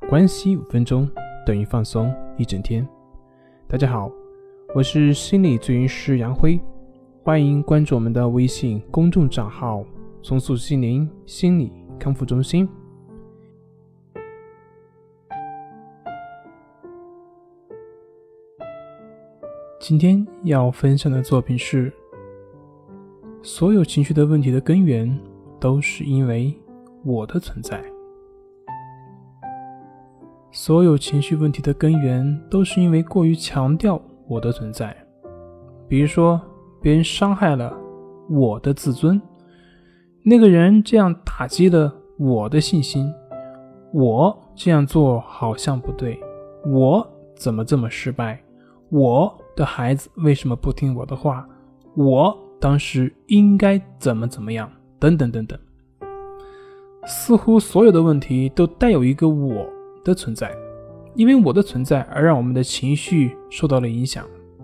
关系5分钟等于放松一整天。大家好，我是心理咨询师杨辉，欢迎关注我们的微信公众账号重塑心灵心理康复中心。今天要分享的作品是，所有情绪的问题的根源都是因为我的存在。所有情绪问题的根源都是因为过于强调我的存在。比如说，别人伤害了我的自尊，那个人这样打击了我的信心，我这样做好像不对，我怎么这么失败，我的孩子为什么不听我的话，我当时应该怎么样，等等等等。似乎所有的问题都带有一个我的存在，因为我的存在而让我们的情绪受到了影响。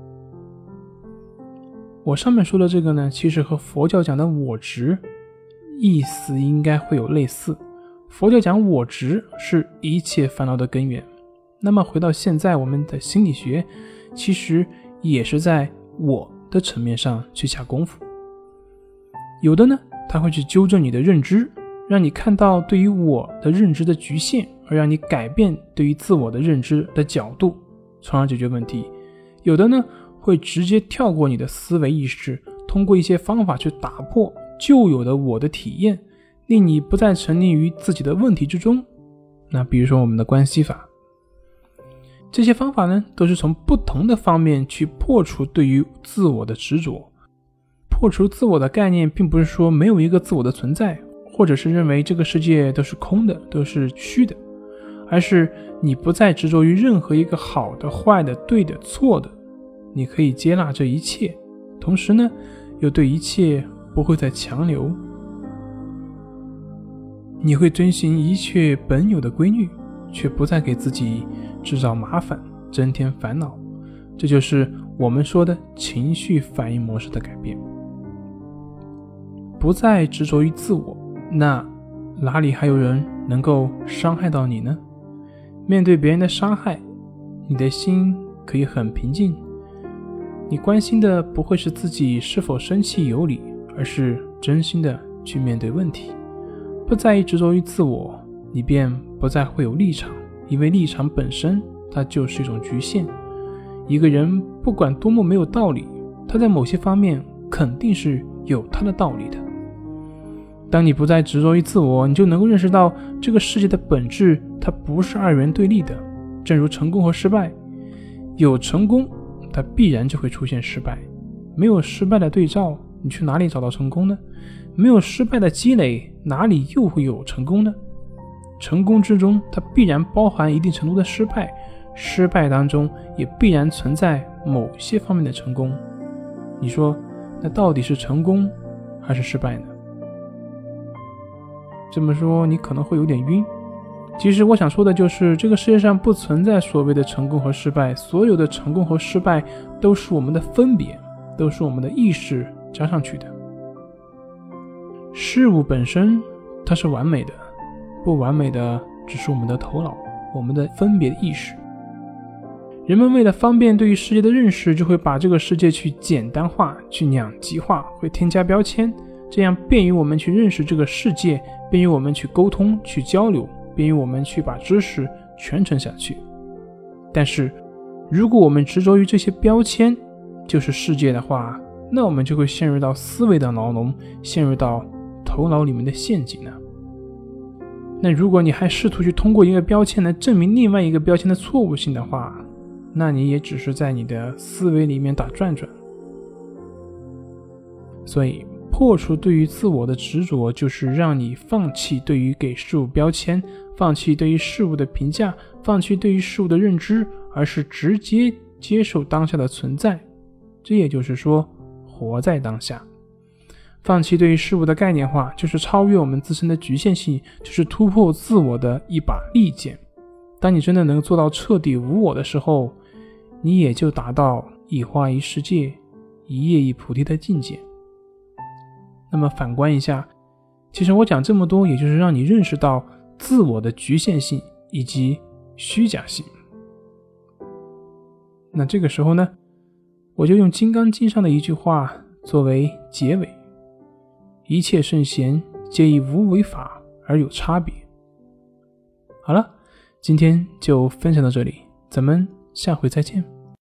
我上面说的这个呢，其实和佛教讲的我执意思应该会有类似。佛教讲我执是一切烦恼的根源，那么回到现在我们的心理学其实也是在我的层面上去下功夫。有的呢，它会去纠正你的认知，让你看到对于我的认知的局限，而让你改变对于自我的认知的角度，从而解决问题。有的呢，会直接跳过你的思维意识，通过一些方法去打破旧有的我的体验，令你不再沉溺于自己的问题之中。那比如说我们的关系法，这些方法呢，都是从不同的方面去破除对于自我的执着。破除自我的概念，并不是说没有一个自我的存在，或者是认为这个世界都是空的，都是虚的，而是你不再执着于任何一个好的、坏的、对的、错的，你可以接纳这一切，同时呢，又对一切不会再强留。你会遵循一切本有的规律，却不再给自己制造麻烦，增添烦恼。这就是我们说的情绪反应模式的改变。不再执着于自我，那哪里还有人能够伤害到你呢？面对别人的伤害，你的心可以很平静，你关心的不会是自己是否生气有理，而是真心的去面对问题。不在意执着于自我，你便不再会有立场，因为立场本身它就是一种局限。一个人不管多么没有道理，他在某些方面肯定是有他的道理的。当你不再执着于自我，你就能够认识到这个世界的本质它不是二元对立的。正如成功和失败，有成功它必然就会出现失败，没有失败的对照，你去哪里找到成功呢？没有失败的积累，哪里又会有成功呢？成功之中它必然包含一定程度的失败，失败当中也必然存在某些方面的成功。你说那到底是成功还是失败呢？这么说你可能会有点晕，其实我想说的就是这个世界上不存在所谓的成功和失败，所有的成功和失败都是我们的分别，都是我们的意识加上去的。事物本身它是完美的，不完美的只是我们的头脑，我们的分别的意识。人们为了方便对于世界的认识，就会把这个世界去简单化，去两极化，会添加标签，这样便于我们去认识这个世界，便于我们去沟通去交流，便于我们去把知识传承下去。但是如果我们执着于这些标签就是世界的话，那我们就会陷入到思维的牢笼，陷入到头脑里面的陷阱呢。那如果你还试图去通过一个标签来证明另外一个标签的错误性的话，那你也只是在你的思维里面打转转。所以破除对于自我的执着，就是让你放弃对于给事物标签，放弃对于事物的评价，放弃对于事物的认知，而是直接接受当下的存在。这也就是说，活在当下。放弃对于事物的概念化，就是超越我们自身的局限性，就是突破自我的一把利剑。当你真的能做到彻底无我的时候，你也就达到一花一世界，一叶一菩提的境界。那么反观一下，其实我讲这么多，也就是让你认识到自我的局限性，以及虚假性。那这个时候呢，我就用《金刚经》上的一句话作为结尾：一切圣贤皆以无为法而有差别。好了，今天就分享到这里，咱们下回再见。